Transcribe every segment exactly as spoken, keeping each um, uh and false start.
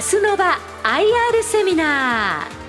明日の場 アイアール セミナー。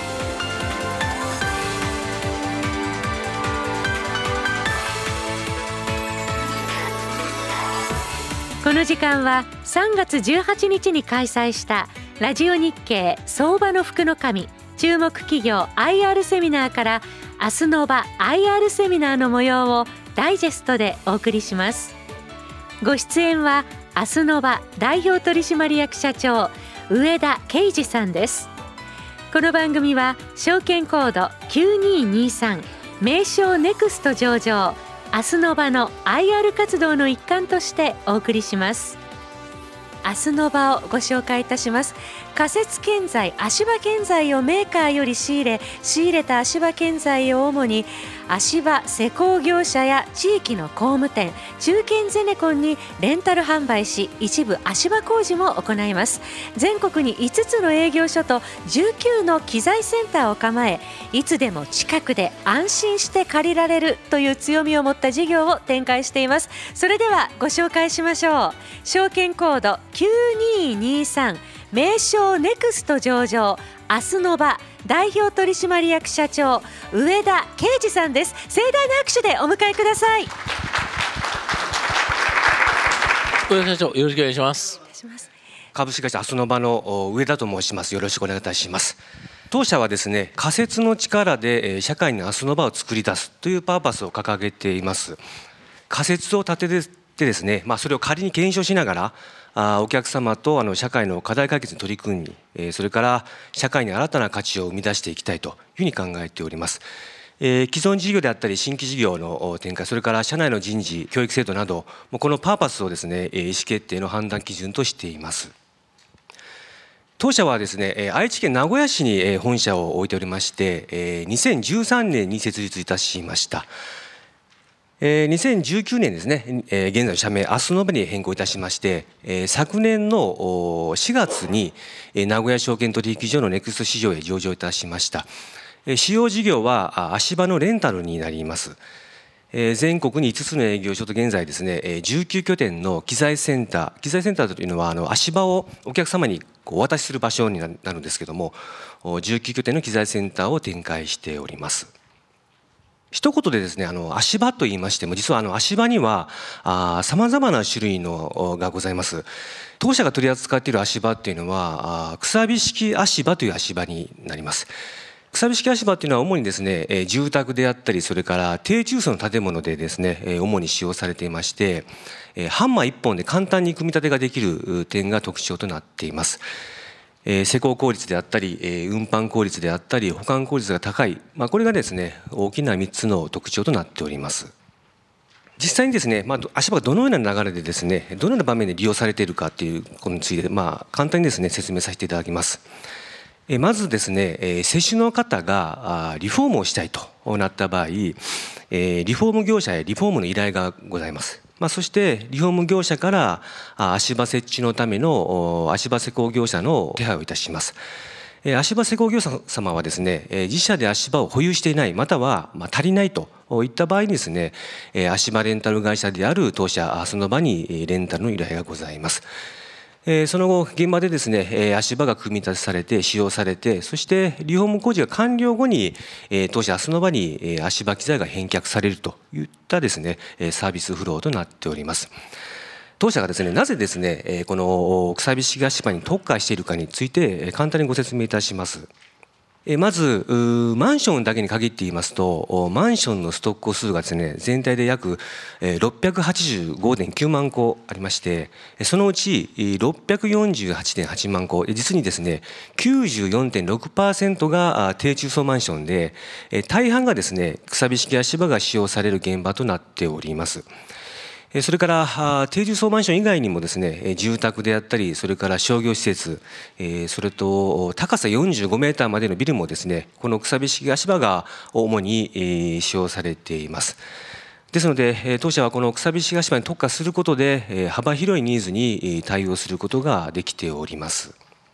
この時間はさんがつじゅうはちにちに開催したラジオ日経相場の福の神注目企業 アイアール セミナーから明日の場 アイアール セミナーの模様をダイジェストでお送りします。ご出演は明日の場代表取締役社長上田圭司さんです。この番組は証券コードきゅうにーにーさん名称ネクスト上場明日の場の アイアール 活動の一環としてお送りします。明日の場をご紹介いたします。仮設建材、足場建材をメーカーより仕入れ仕入れた足場建材を主に足場施工業者や地域の工務店、中堅ゼネコンにレンタル販売し、一部足場工事も行います。全国にいつつの営業所とじゅうきゅうの機材センターを構え、いつでも近くで安心して借りられるという強みを持った事業を展開しています。それではご紹介しましょう。証券コードきゅうにーにーさん名称ネクスト上場明日の場代表取締役社長上田圭司さんです。盛大な拍手でお迎えください。 上田社長、よろしくお願いします。 株式会社明日の場の上田と申します。よろしくお願いいたします。当社はですね、仮説の力で社会の明日の場を作り出すというパーパスを掲げています。仮説を立ててですね、まあ、それを仮に検証しながらあお客様とあの社会の課題解決に取り組み、えー、それから社会に新たな価値を生み出していきたいというふうに考えております。えー、既存事業であったり新規事業の展開、それから社内の人事教育制度など、このパーパスをですね、意思決定の判断基準としています。当社はですね、愛知県名古屋市に本社を置いておりまして、にせんじゅうさんねんに設立いたしました。にせんじゅうきゅうねんですね、現在の社名明日の場に変更いたしまして、昨年のしがつに名古屋証券取引所のネクスト市場へ上場いたしました。主要事業は足場のレンタルになります。全国にいつつの営業所と現在ですね、じゅうきゅうきょてんの機材センター、機材センターというのはあの足場をお客様にお渡しする場所になるんですけども、じゅうきゅうきょてんの機材センターを展開しております。一言でですね、あの足場と言いましても、実はあの足場にはさまざまな種類のがございます。当社が取り扱っている足場っていうのはくさび式足場という足場になります。くさび式足場っていうのは主にですね、住宅であったり、それから低中層の建物でですね、主に使用されていまして、ハンマー一本で簡単に組み立てができる点が特徴となっています。施工効率であったり、運搬効率であったり、保管効率が高い、まあ、これがですね、大きなみっつの特徴となっております。実際にですね、まあ、足場がどのような流れでですね、どのような場面で利用されているかということについて、まあ、簡単にですね、説明させていただきます。まずですね、接種の方がリフォームをしたいとなった場合、リフォーム業者へリフォームの依頼がございます。まあ、そしてリフォーム業者から足場設置のための足場施工業者の手配をいたします。足場施工業者様はですね、自社で足場を保有していない、または足りないといった場合にですね、足場レンタル会社である当社その場にレンタルの依頼がございます。その後現場でですね、足場が組み立てされて使用されて、そしてリフォーム工事が完了後に当社明日の場に足場機材が返却されるといったですね、サービスフローとなっております。当社がですね、なぜですね、このくさび式足場に特化しているかについて簡単にご説明いたします。まずマンションだけに限って言いますと、マンションのストック戸数がですね、全体で約ろっぴゃくはちじゅうごてんきゅうまんこありまして、そのうちろっぴゃくよんじゅうはちてんはちまんこ、実にですね きゅうじゅうよんてんろくパーセント が低中層マンションで、大半がですねくさび式足場が使用される現場となっております。それから低重層マンション以外にもですね、住宅であったり、それから商業施設、それと高さよんじゅうごメーターまでのビルもですね、このくさび式足場が主に使用されています。ですので当社はこのくさび式足場に特化することで幅広いニーズに対応することができております。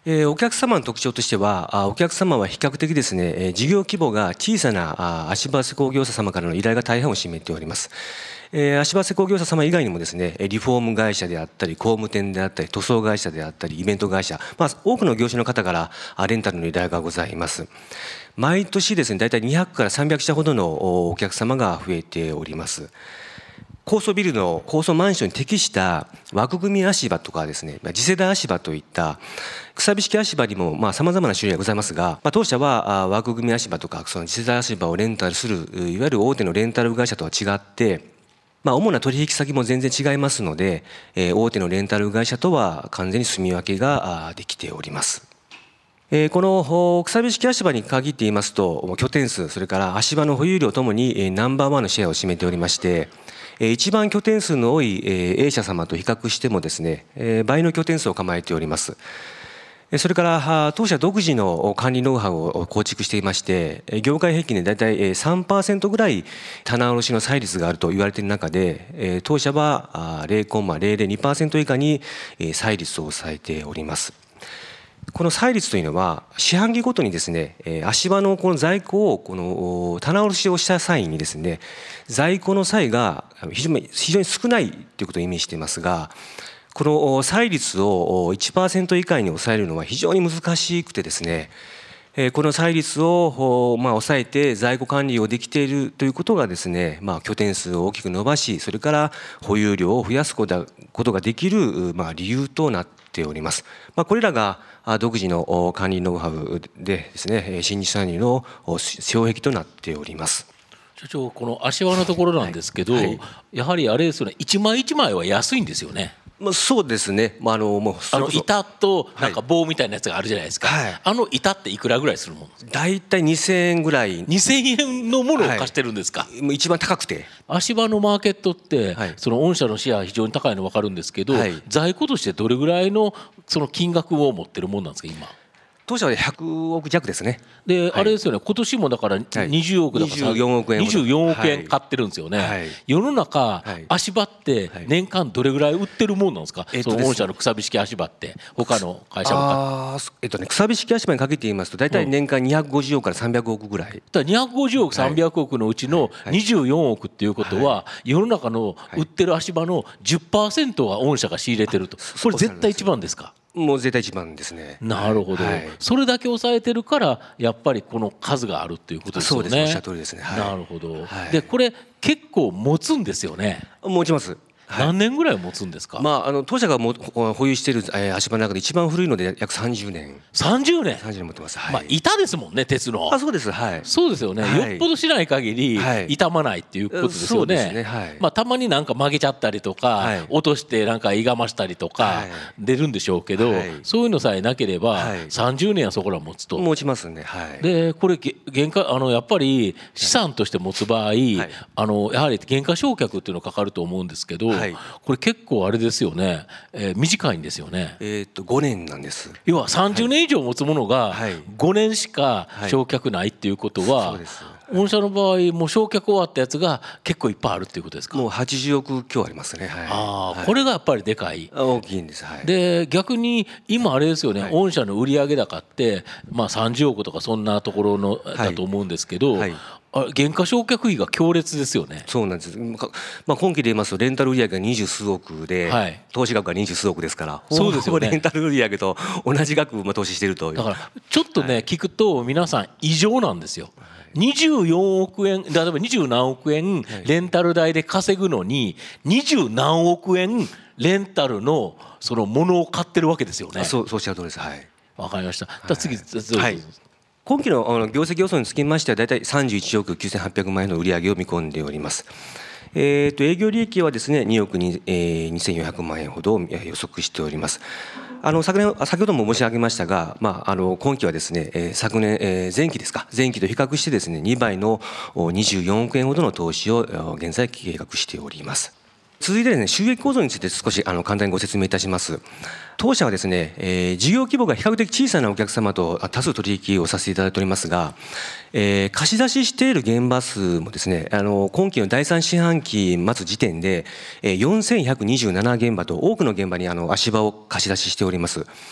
えー、お客様の特徴としては、お客様は比較的ですね、事業規模が小さな足場施工業者様からの依頼が大半を占めております。えー、足場施工業者様以外にもですね、リフォーム会社であったり、工務店であったり、塗装会社であったり、イベント会社、まあ、多くの業種の方からレンタルの依頼がございます。毎年ですね、だいたいにひゃくからさんびゃくしゃほどのお客様が増えております。高層ビルの高層マンションに適した枠組み足場とかですね、次世代足場といったくさび式足場にもさまざまな種類がございますが、まあ、当社は枠組み足場とかその次世代足場をレンタルするいわゆる大手のレンタル会社とは違って、まあ、主な取引先も全然違いますので、大手のレンタル会社とは完全に住み分けができております。このくさび式足場に限って言いますと、拠点数、それから足場の保有量ともにナンバーワンのシェアを占めておりまして、一番拠点数の多い A 社様と比較してもですね、倍の拠点数を構えております。それから当社独自の管理ノウハウを構築していまして、業界平均でだいたい さんパーセント ぐらい棚卸の歳率があると言われている中で、当社は ゼロコンマゼロゼロにパーセント 以下に歳率を抑えております。この歳率というのは四半期ごとにですね、足場のこの在庫をこの棚卸しをした際にですね、在庫の際が非常に非常に少ないということを意味していますが、この歳率を いちパーセント 以下に抑えるのは非常に難しくてですね、この歳率をまあ抑えて在庫管理をできているということがですね、まあ拠点数を大きく伸ばし、それから保有量を増やすことができるまあ理由となっております。まあこれらが独自の管理ノウハウでですね、新日産入の障壁となっております。 社長、この足場のところなんですけど、はいはい、やはりあれですよね、一枚一枚は安いんですよね。 まあ、そうですね、まあ、あのもうあの板となんか棒みたいなやつがあるじゃないですか、はい、あの板っていくらぐらいするもんですか？ 大体にせんえんぐらい。 にせんえんのものを貸してるんですか？ はい、一番高くて。 足場のマーケットって、はい、その御社のシェア非常に高いの分かるんですけど、はい、在庫としてどれぐらいのその金額を持ってるもんなんですか今？ 当社はひゃくおく弱ですね。 で、あれですよね、今年もだからにじゅうおくだからにじゅうよんおくえんにじゅうよんおくえん買ってるんですよね、はい、世の中、はい、足場って年間どれぐらい売ってるもんなんですか、はい、その御社のくさび式足場って他の会社もあえっとねくさび式足場にかけて言いますと大体年間にひゃくごじゅうおくからさんびゃくおくぐらい、だからにひゃくごじゅうおくさんびゃくおくのうちのにじゅうよんおくっていうことは世の中の売ってる足場の じゅっパーセント は御社が仕入れてると、これ絶対一番ですか？ もう絶対一番ですね。 なるほど、はい、それだけ抑えてるからやっぱりこの数があるっていうことですよね。 そうです、おっしゃる通りですね、はい、 なるほど、はい、でこれ結構持つんですよね。 持ちます。 はい、何年ぐらい持つんですか？ まあ、あの当社がも保有している足場の中で一番古いので約さんじゅうねん。 さんじゅうねん。 さんじゅうねん持ってます。はい、 まあ板ですもんね、鉄の。 あ、そうです。はい。 そうですよね。 はい、 よっぽどしない限り傷まないっていうことですよね。はい、そうですね。はい。まあたまになんか曲げちゃったりとか、はい、落としてなんかいがましたりとか出るんでしょうけど、はい、そういうのさえなければさんじゅうねんはそこら持つと。 持ちますね。はい。 でこれ原価あのやっぱり資産として持つ場合、はい、あのやはり原価償却っていうのがかかると思うんですけど、はい、これ結構あれですよね、えー、短いんですよね。 えー、っとごねんなんです。 要はさんじゅうねん以上持つものがごねんしか償却ないっていうことは、はい、御社の場合もう償却終わったやつが結構いっぱいあるっていうことですか？ もうはちじゅうおく強ありますね。はい、 あ、はい、これがやっぱりでかい。 大きいんです。はい、 で逆に今あれですよね、はい、御社の売上高ってまあさんじゅうおくとかそんなところのだと思うんですけど、はいはい、あ原価償却費が強烈ですよね。 そうなんです。まあ、今期で言いますとレンタル売上が二十数億で、はい、投資額が二十数億ですから、 そうですよね、 レンタル売上と同じ額まあ投資しているという。 だからちょっとね、はい、聞くと皆さん異常なんですよ。にじゅうよんおくえん、例えばにじゅうなんおくえんレンタル代で稼ぐのににじゅうなんおくえんレンタルのそのものを買ってるわけですよね。 そう、そうおっしゃる通りです。はい。 わかりました。じゃ次、 はい、今期の業績予想につきましてはだいたいさんじゅういちおくきゅうせんはっぴゃくまんえんの売上を見込んでおります。えー、と営業利益はですねにおくにせんよんひゃくまんえんほどを予測しております。あの 昨, 年先ほども申し上げましたが、まあ、あの今期はですね、えー、昨年、えー、前期ですか前期と比較してですねにばいのにじゅうよんおくえんほどの投資を現在計画しております。続いてですね、収益構造について少しあの簡単にご説明いたします。当社はですね、えー、事業規模が比較的小さなお客様と多数取引をさせていただいておりますが、えー、貸し出ししている現場数もですね、あの今期のだいさん四半期末時点で、えー、よんせんひゃくにじゅうななげんばと多くの現場にあの足場を貸し出ししております。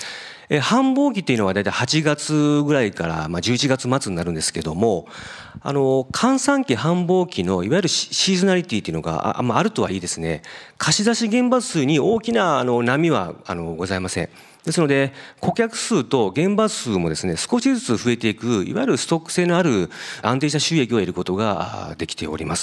え繁忙期っていうのはだいたいはちがつぐらいからまあじゅういちがつ末になるんですけども、あの閑散期繁忙期のいわゆるシーズナリティっていうのが あ,、まあ、あるとはいいですね、貸し出し現場数に大きなあの波はあのございません。ですので顧客数と現場数もですね少しずつ増えていく、いわゆるストック性のある安定した収益を得ることができております。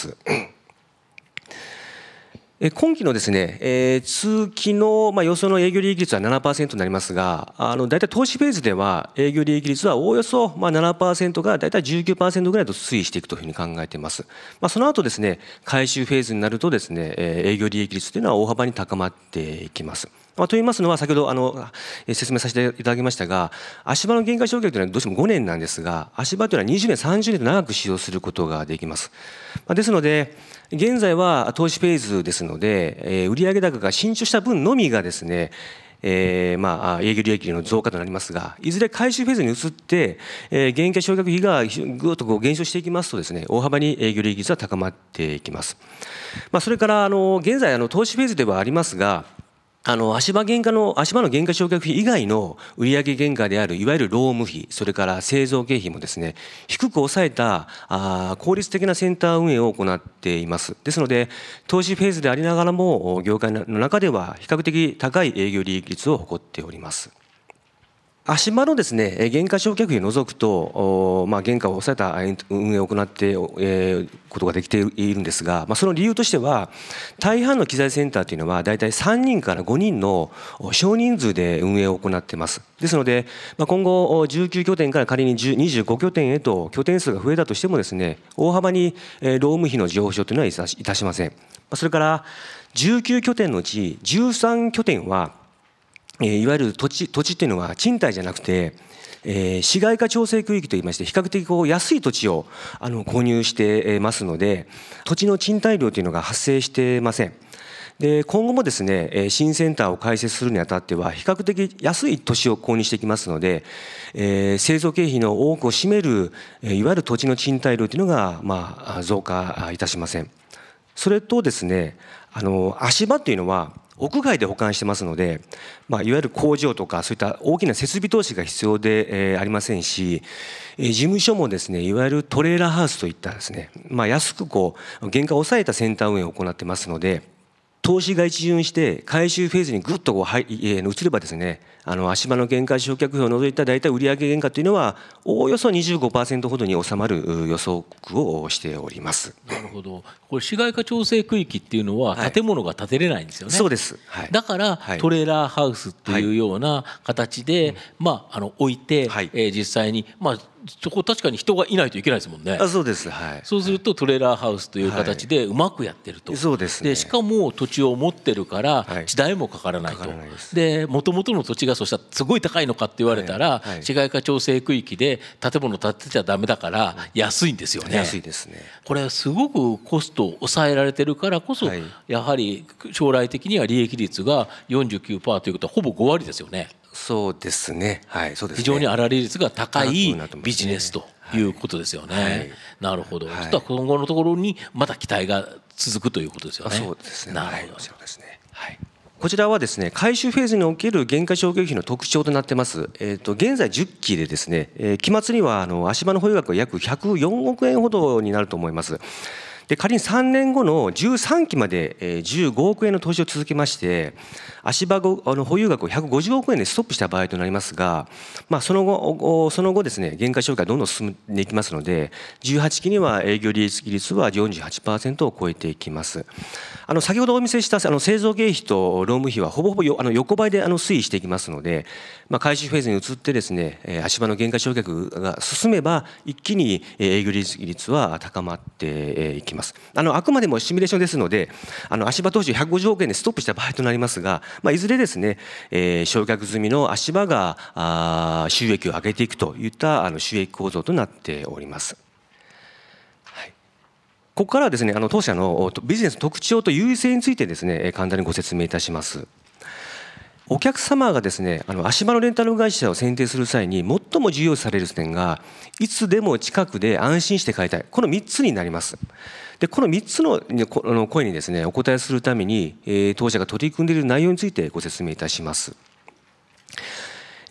今期のですね、えー、通期の、まあ、予想の営業利益率は ななパーセント になりますが、あの大体投資フェーズでは営業利益率はおおよそ、まあ、ななパーセント が大体 じゅうきゅうパーセント ぐらいと推移していくというふうに考えています。まあ、その後ですね、回収フェーズになるとですね、えー、営業利益率というのは大幅に高まっていきます。まあ、といいますのは先ほどあの説明させていただきましたが、足場の減価償却というのはどうしてもごねんなんですが、足場というのはにじゅうねんさんじゅうねんと長く使用することができます。まあ、ですので現在は投資フェーズですので、えー、売上高が伸長した分のみがですね、えー、まあ営業利益の増加となりますが、いずれ回収フェーズに移って、えー、減価償却費がぐっとこう減少していきますとですね、大幅に営業利益率は高まっていきます。まあ、それからあの現在あの投資フェーズではありますが、あの足場原価の足場の減価償却費以外の売上原価であるいわゆる労務費、それから製造経費もですね低く抑えたあ効率的なセンター運営を行っています。ですので投資フェーズでありながらも業界の中では比較的高い営業利益率を誇っております。足場のですね減価償却費を除くと、まあ、原価を抑えた運営を行っていることができているんですが、まあ、その理由としては大半の機材センターというのはだいたいさんにんからごにんの少人数で運営を行っています。ですので、まあ、今後じゅうきゅうきょてんから仮ににじゅうごきょてんへと拠点数が増えたとしてもですね大幅に労務費の上昇というのはいたしません。それからじゅうきゅうきょてんのうちじゅうさんきょてんはいわゆる土地、土地っていうのは賃貸じゃなくて、えー、市街化調整区域といいまして比較的こう安い土地をあの購入してますので土地の賃貸料というのが発生してません。で今後もですね新センターを開設するにあたっては比較的安い土地を購入していきますので、えー、製造経費の多くを占めるいわゆる土地の賃貸料というのが、まあ、増加いたしません。それとですねあの足場っていうのは屋外で保管してますので、まあ、いわゆる工場とかそういった大きな設備投資が必要で、えー、ありませんし、えー、事務所もですねいわゆるトレーラーハウスといったですね、まあ、安くこう原価を抑えたセンター運営を行ってますので、投資が一巡して回収フェーズにぐっとこうはい移ればですねあの足場の減価償却費を除いた大体売上原価というのはおおよそ にじゅうごパーセント ほどに収まる予測をしております。 なるほど。これ市街化調整区域っていうのは建物が建てれないんですよね。 はい、そうです、はい、 だからトレーラーハウスっていうような形で、はい、まああの置いて、はい、えー、実際にまあそこ確かに人がいないといけないですもんね。 あ、そうです、はい、 そうするとトレーラーハウスという形でうまくやってると、 はい、そうですね。 でしかも土地を持ってるから地代もかからないと、で元々の土地がそしたらすごい高いのかって言われたら、はいはい、市街化調整区域で建物建てちゃダメだから安いんですよね。 安いですね。 これすごくコストを抑えられてるからこそ、はい、やはり将来的には利益率が よんじゅうきゅうパーセント ということはほぼごわりですよね。 そうですね、はい、そうですね。 非常に粗利率が高いビジネスということですよね。はい、なるほど。はい、今後のところにまた期待が続くということですよね。 そうですね。 なるほど。 はい、そうですね。はい。こちらはですね回収フェーズにおける減価償却費の特徴となってます。えー、と現在じゅっきでですね、えー、期末にはあの足場の保有額は約ひゃくよんおくえんほどになると思います。で仮にさんねんごのじゅうさんきまでじゅうごおくえんの投資を続けまして足場の保有額をひゃくごじゅうおくえんでストップした場合となりますが、まあ、その後その後ですね減価償却がどんどん進んでいきますのでじゅうはちきには営業利益率は よんじゅうはちパーセント を超えていきます。あの先ほどお見せしたあの製造経費と労務費はほぼほぼよあの横ばいであの推移していきますので、まあ、回収フェーズに移ってですね足場の減価償却が進めば一気に営業利益率は高まっていきます。あのあくまでもシミュレーションですのであの足場投資ひゃくごじゅうおくえんでストップした場合となりますが、まあ、いずれですね、えー、償却済みの足場があ収益を上げていくといったあの収益構造となっております。はい、ここからはですねあの当社のビジネスの特徴と優位性についてですね簡単にご説明いたします。お客様がですねあの足場のレンタル会社を選定する際に最も重要視される点がいつでも近くで安心して買いたい、このみっつになります。でこのみっつの声にですねお答えするために当社が取り組んでいる内容についてご説明いたします。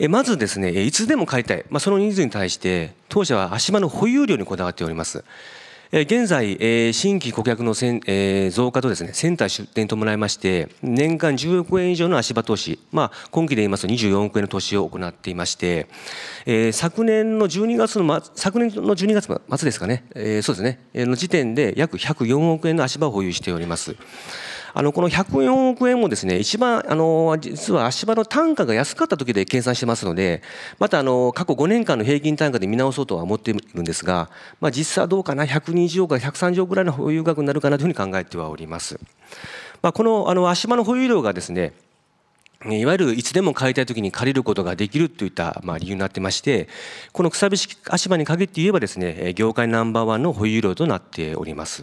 まずですね、いつでも買いたい、まあ、そのニーズに対して当社は足場の保有量にこだわっております。現在、新規顧客の増加とですね、センター出店ともらいまして、年間じゅうおくえん以上の足場投資、まあ、今期で言いますとにじゅうよんおくえんの投資を行っていまして、昨年のじゅうにがつの、昨年のじゅうにがつ末ですかね、そうですね、の時点で約ひゃくよんおくえんの足場を保有しております。あのこのひゃくよんおくえんもですね、一番あの実は足場の単価が安かった時で計算してますので、またあの過去ごねんかんの平均単価で見直そうとは思っているんですが、まあ、実際はどうかな、ひゃくにじゅうおくからひゃくさんじゅうおくぐらいの保有額になるかなというふうに考えてはおります。まあ、このあの足場の保有量がですね、いわゆるいつでも買いたいときに借りることができるといったまあ理由になってまして、このくさび式足場に限って言えばですね、業界ナンバーワンの保有量となっております。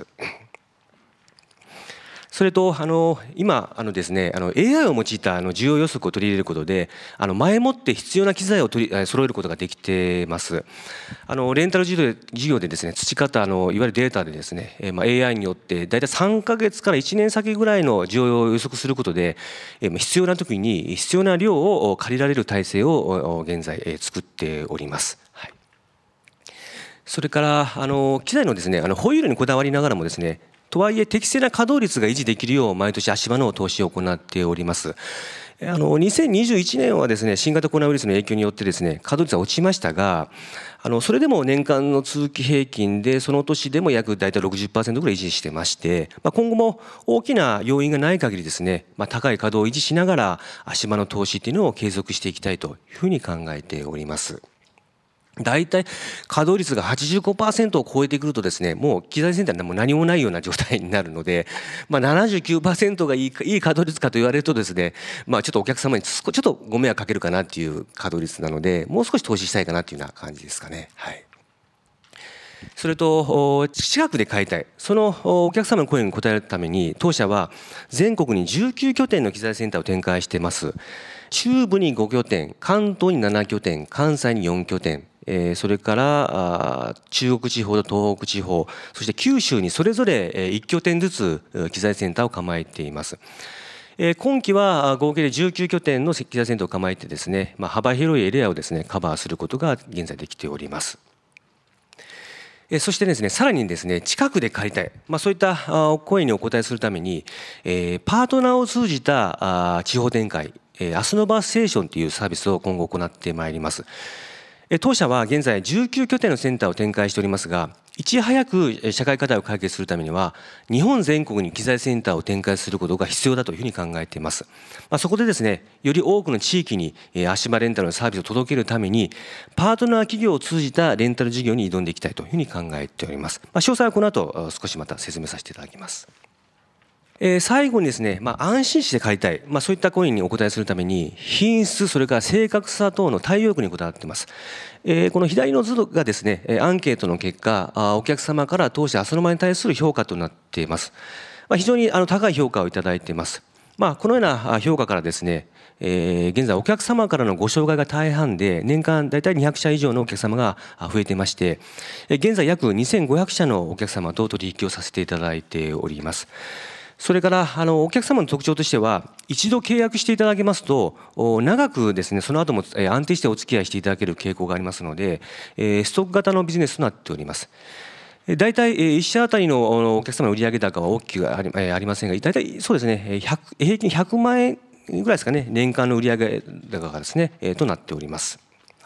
それとあの今あのですね、あの エーアイ を用いたあの需要予測を取り入れることで、あの前もって必要な機材を取り揃えることができています。あのレンタル事業で事業でですね、培ったあのいわゆるデータでですね、えまあ エーアイ によってだいたいさんかげつからいちねん先ぐらいの需要を予測することで、え必要な時に必要な量を借りられる体制を現在作っております。はい、それからあの機材のですね、あの保有量にこだわりながらもですね、とはいえ適正な稼働率が維持できるよう毎年足場の投資を行っております。あのにせんにじゅういちねんはですね、新型コロナウイルスの影響によってですね、稼働率は落ちましたが、あのそれでも年間の通期平均でその年でも約大体 ろくじゅっパーセント ぐらい維持してまして、まあ、今後も大きな要因がない限りですね、まあ、高い稼働を維持しながら足場の投資っていうのを継続していきたいというふうに考えております。大体稼働率が はちじゅうごパーセント を超えてくるとですね、もう機材センターにも何もないような状態になるので、まあ、ななじゅうきゅうパーセント がいい、いい稼働率かと言われるとですね、まあ、ちょっとお客様にちょっとご迷惑かけるかなっていう稼働率なので、もう少し投資したいかなというような感じですかね。はい。それと近くで買いたい、そのお客様の声に応えるために当社は全国にじゅうきゅうきょてんの機材センターを展開しています。中部にごきょてん、関東にななきょてん、関西によんきょてん、それから中国地方と東北地方、そして九州にそれぞれいっきょてんずつ機材センターを構えています。今期は合計でじゅうきゅうきょてんの機材センターを構えてですね、まあ、幅広いエリアをですねカバーすることが現在できております。そしてですね、さらにですね、近くで借りたい、まあ、そういった声にお応えするために、パートナーを通じた地方展開、アスノバステーションというサービスを今後行ってまいります。当社は現在じゅうきゅうきょてんのセンターを展開しておりますが、いち早く社会課題を解決するためには日本全国に機材センターを展開することが必要だというふうに考えています。まあ、そこでですね、より多くの地域に足場レンタルのサービスを届けるためにパートナー企業を通じたレンタル事業に挑んでいきたいというふうに考えております。まあ、詳細はこの後少しまた説明させていただきます。えー、最後にですね、まあ、安心して買いたい、まあ、そういった声にお答えするために品質、それから正確さ等の対応力にこだわっています。えー、この左の図がですね、アンケートの結果、お客様から当社その場に対する評価となっています。まあ、非常にあの高い評価をいただいています。まあ、このような評価からですね、えー、現在お客様からのご紹介が大半で年間だいたいにひゃくしゃ以上のお客様が増えていまして、現在約にせんごひゃくしゃのお客様と取引をさせていただいております。それからあのお客様の特徴としては、一度契約していただけますと長くですね、その後も安定してお付き合いしていただける傾向がありますので、ストック型のビジネスとなっております。大体いっ社あたりのお客様の売上高は大きくありませんが、大体そうですね、平均ひゃくまんえんぐらいですかね、年間の売上高がですねとなっております。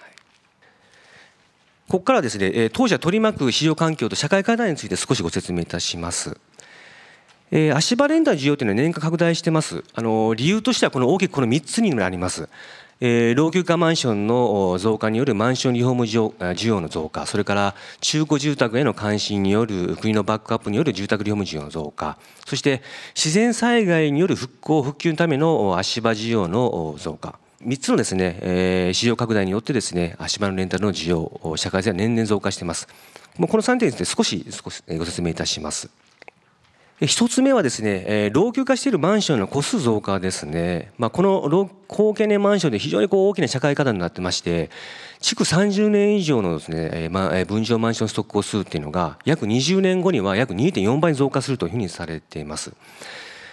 ここからですね、当社取り巻く市場環境と社会課題について少しご説明いたします。えー、足場レンタル需要というのは年間拡大しています。あの理由としてはこの大きくこのみっつになります。えー、老朽化マンションの増加によるマンションリフォーム需要の増加、それから中古住宅への関心による国のバックアップによる住宅リフォーム需要の増加、そして自然災害による復興復旧のための足場需要の増加、みっつのですね、えー、市場拡大によってですね、足場のレンタルの需要、社会性は年々増加しています。もうこのさんてんについて少し少しご説明いたします。一つ目はですね、老朽化しているマンションの戸数増加ですね。まあ、この高経年マンションで非常にこう大きな社会課題になってまして、築さんじゅうねん以上のですね、分譲マンションストック戸数っていうのが約にじゅうねんごには約 にてんよんばいに増加するというふうにされています。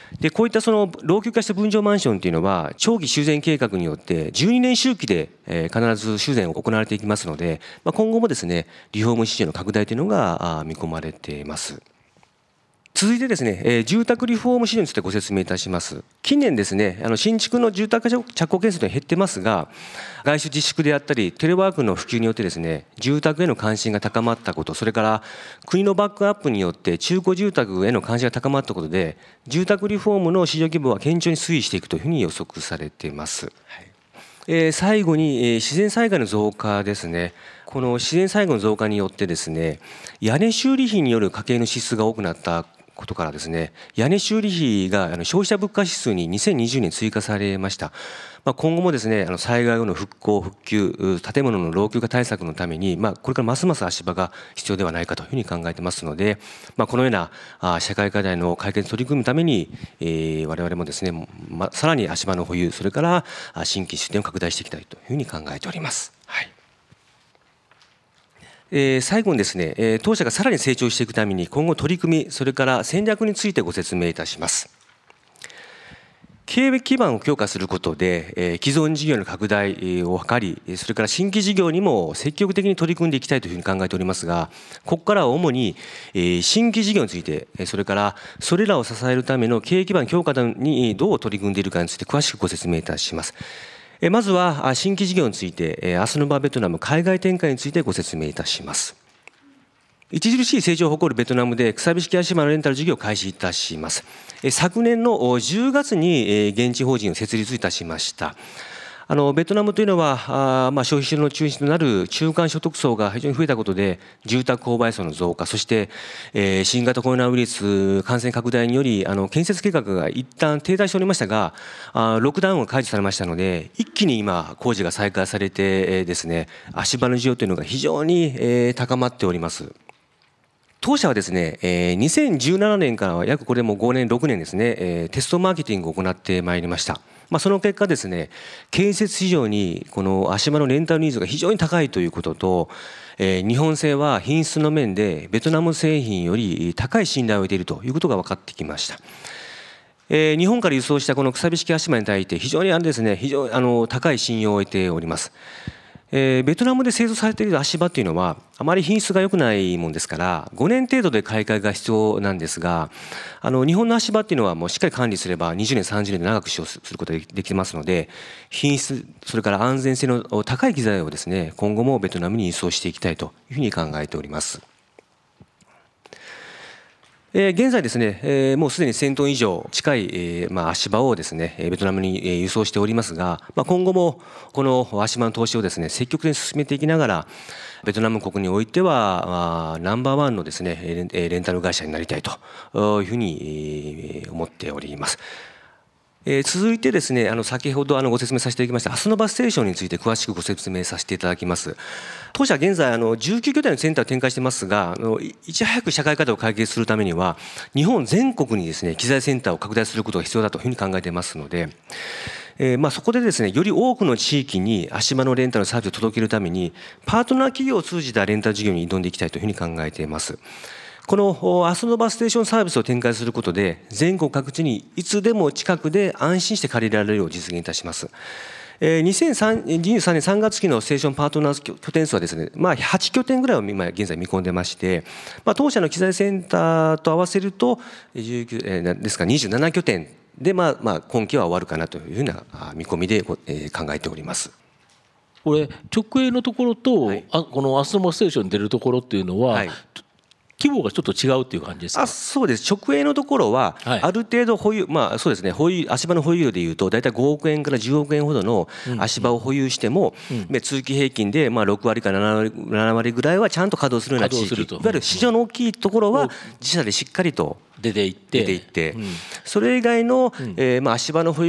でこういったその老朽化した分譲マンションというのは長期修繕計画によってじゅうにねん周期で必ず修繕を行われていきますので、まあ、今後もですねリフォーム市場の拡大というのが見込まれています。続いてですね、えー、住宅リフォーム市場についてご説明いたします。近年ですね、あの新築の住宅着工件数は減ってますが、外出自粛であったりテレワークの普及によってですね、住宅への関心が高まったこと、それから国のバックアップによって中古住宅への関心が高まったことで、住宅リフォームの市場規模は堅調に推移していくというふうに予測されています。はい、えー、最後に、えー、自然災害の増加ですね。この自然災害の増加によってですね、屋根修理費による家計の支出が多くなったことからですね、屋根修理費が消費者物価指数ににせんにじゅうねん追加されました。まあ、今後もですね、あの災害後の復興復旧、建物の老朽化対策のために、まあ、これからますます足場が必要ではないかというふうに考えてますので、まあ、このような社会課題の解決に取り組むために、えー、我々もですね、まあ、さらに足場の保有、それから新規出店を拡大していきたいというふうに考えております。はい。えー、最後にですね、えー、当社がさらに成長していくために今後取り組み、それから戦略についてご説明いたします。経営基盤を強化することで、えー、既存事業の拡大を図り、それから新規事業にも積極的に取り組んでいきたいというふうに考えておりますが、ここからは主に、えー、新規事業について、それからそれらを支えるための経営基盤強化にどう取り組んでいるかについて詳しくご説明いたします。まずは新規事業について、アスノバベトナム海外展開についてご説明いたします。著しい成長を誇るベトナムで草引き足場のレンタル事業を開始いたします。昨年のじゅうがつに現地法人を設立いたしました。あのベトナムというのはあ、まあ、消費者の中心となる中間所得層が非常に増えたことで住宅購買層の増加、そして、えー、新型コロナウイルス感染拡大によりあの建設計画が一旦停滞しておりましたが、あロックダウンが解除されましたので一気に今工事が再開されて、えー、ですね、足場の需要というのが非常に、えー、高まっております。当社はですね、えー、にせんじゅうななねんからは約これもごねんろくねんですね、えー、テストマーケティングを行ってまいりました。まあ、その結果ですね、建設市場にこの足場のレンタルニーズが非常に高いということと、えー、日本製は品質の面でベトナム製品より高い信頼を得ているということが分かってきました。えー、日本から輸送したこの草引き足場に対して非常にあれですね、非常にあの高い信用を得ております。えー、ベトナムで製造されている足場っていうのはあまり品質が良くないもんですからごねん程度で買い替えが必要なんですが、あの日本の足場っていうのはもうしっかり管理すればにじゅうねんさんじゅうねんで長く使用することができますので、品質それから安全性の高い機材をですね今後もベトナムに輸送していきたいというふうに考えております。えー、現在ですね、えー、もうすでにせんトン以上近い、えーまあ、足場をですねベトナムに輸送しておりますが、まあ、今後もこの足場の投資をですね積極的に進めていきながらベトナム国においては、まあ、ナンバーワンのですねレンタル会社になりたいというふうに思っております。えー、続いてですね、あの先ほどあのご説明させていただきましたアスノバステーションについて詳しくご説明させていただきます。当社は現在あのじゅうきゅうきょてんのセンターを展開していますが、あのいち早く社会課題を解決するためには日本全国にですね機材センターを拡大することが必要だというふうに考えていますので、えー、まあそこでですねより多くの地域に足場のレンタルサービスを届けるためにパートナー企業を通じたレンタル事業に挑んでいきたいというふうに考えています。このアスノバステーションサービスを展開することで全国各地にいつでも近くで安心して借りられるよう実現いたします。にせんにじゅうさんねんさんがつ期のステーションパートナー拠点数はですね、まあ、はちきょてんぐらいを今現在見込んでまして、まあ、当社の機材センターと合わせるとじゅうきゅうですかにじゅうななきょてんで、まあ、まあ今期は終わるかなというふうな見込みで考えております。 これ直営のところと、 はい、 あこのアスノバステーションに出るところっていうのは、はい、規模がちょっと違うっていう感じですか？ あ、そうです。直営のところはある程度保有、はい、まあそうですね、保有足場の保有量でいうと大体ごおくえんからじゅうおくえんほどの足場を保有しても、うんうん、通期平均でまあろくわりからななわりぐらいはちゃんと稼働するような地域、いわゆる市場の大きいところは自社でしっかりと出ていって出ていって、うん、それ以外の、うん、えー、まあ足場の保有量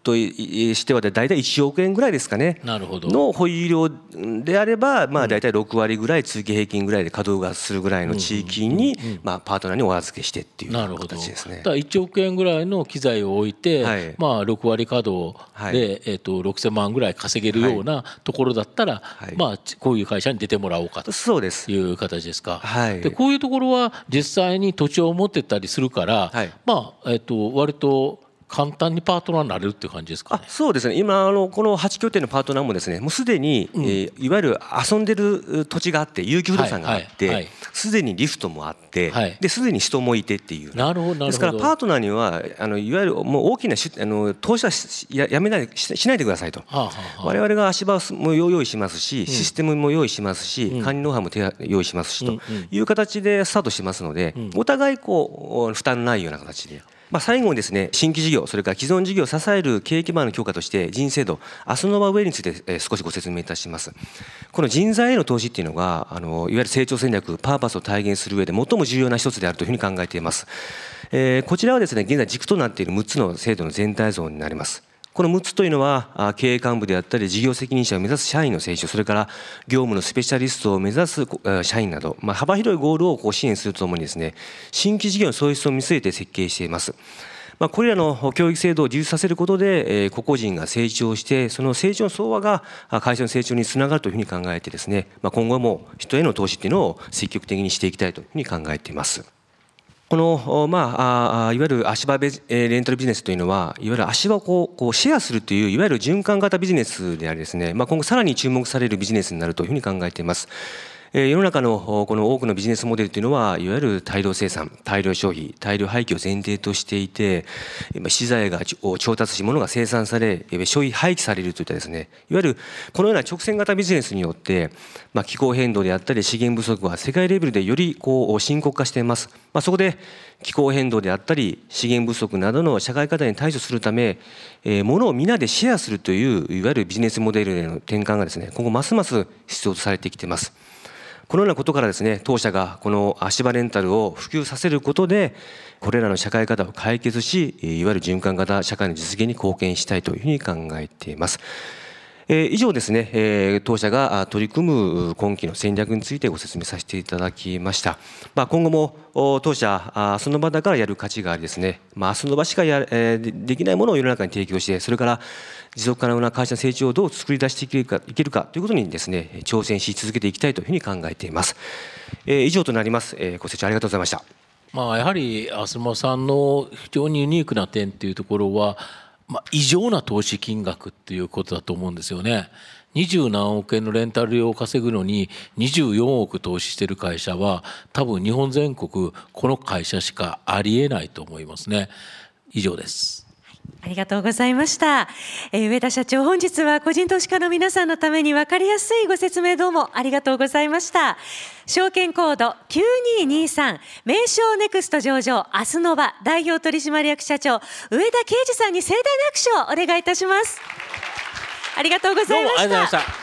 としてはだいたいいちおくえんぐらいですかね。 なるほど。 の保有量であれば、まあ、だいたいろくわりぐらい通期平均ぐらいで稼働がするぐらいの地域に、まあ、パートナーにお預けしてっていう形ですね。 だからいちおくえんぐらいの機材を置いて、はい、まあ、ろくわり稼働で、はい、えー、とろくせんまんぐらい稼げるようなところだったら、はい、まあ、こういう会社に出てもらおうかという形ですか。 はい、 でこういうところは実際に土地を持ってたりするから、はい、まあ、えー、と割と簡単にパートナーになれるっていう感じですかね。 あ、そうですね。今あのこのはち拠点のパートナーもですね、もうすでに、うん、えー、いわゆる遊んでる土地があって、有機不動産があって、すで、はいはい、にリフトもあって、はい、ですでに人もいてっていう。 なるほどなるほど。 ですからパートナーにはあのいわゆるもう大きなあの投資は や, やめないし, しないでくださいと。はあはあ、我々が足場も用意しますし、うん、システムも用意しますし、うん、管理ノウハウも用意しますし、うん、という形でスタートしますので、うん、お互いこう負担ないような形で。まあ、最後にですね、新規事業、それから既存事業を支える経営基盤の強化として人事制度、アスノバウェイについて少しご説明いたします。この人材への投資っていうのがあのいわゆる成長戦略、パーパスを体現する上で最も重要な一つであるというふうに考えています。えー、こちらはですね、現在軸となっているむっつの制度の全体像になります。このむっつというのは経営幹部であったり事業責任者を目指す社員の成長、それから業務のスペシャリストを目指す社員など、まあ、幅広いゴールをこう支援するとともにですね、新規事業の創出を見据えて設計しています。まあ、これらの教育制度を充実させることで個々人が成長して、その成長の総和が会社の成長につながるというふうに考えてですね、まあ、今後も人への投資っていうのを積極的にしていきたいというふうに考えています。この、まあ、いわゆる足場レンタルビジネスというのは、いわゆる足場をこうこうシェアするといういわゆる循環型ビジネスでありですね、まあ、今後さらに注目されるビジネスになるというふうに考えています。世の中のこの多くのビジネスモデルというのは、いわゆる大量生産、大量消費、大量廃棄を前提としていて、資材が調達し、物が生産され、消費廃棄されるといったですね、いわゆるこのような直線型ビジネスによって、まあ、気候変動であったり資源不足は世界レベルでよりこう深刻化しています。まあ、そこで気候変動であったり資源不足などの社会課題に対処するため、えー、物を皆でシェアするといういわゆるビジネスモデルへの転換がですね、今後ますます必要とされてきています。このようなことからですね、当社がこの足場レンタルを普及させることで、これらの社会課題を解決し、いわゆる循環型社会の実現に貢献したいというふうに考えています。えー、以上ですね、えー、当社が取り組む今期の戦略についてご説明させていただきました。まあ、今後も当社その場だからやる価値がありですね、まあ、その場しかや、えー、できないものを世の中に提供して、それから持続可能な会社の成長をどう作り出していけるか、いけるかということにですね、挑戦し続けていきたいというふうに考えています。えー、以上となります。えー、ご清聴ありがとうございました。 まあ、やはりアスノバさんの非常にユニークな点というところは、まあ、異常な投資金額っていうことだと思うんですよね。にじゅうなんおくえんのレンタル料を稼ぐのににじゅうよんおく投資している会社は多分日本全国この会社しかありえないと思いますね。以上です。 ありがとうございました。えー、上田社長、本日は個人投資家の皆さんのために分かりやすいご説明どうもありがとうございました。証券コードきゅうにーにーさん、名称ネクスト上場アスノバ代表取締役社長上田啓二さんに盛大な拍手をお願いいたします。ありがとうございました。 どうもありがとうございました。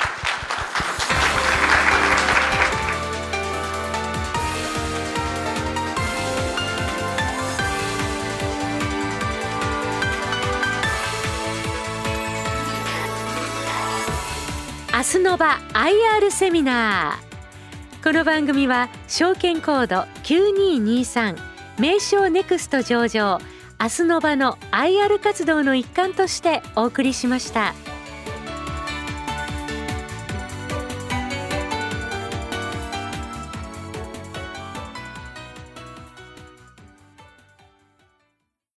アスノバ アイアール セミナー。この番組は証券コードきゅうにーにーさん、名称ネクスト上場アスノバの アイアール 活動の一環としてお送りしました。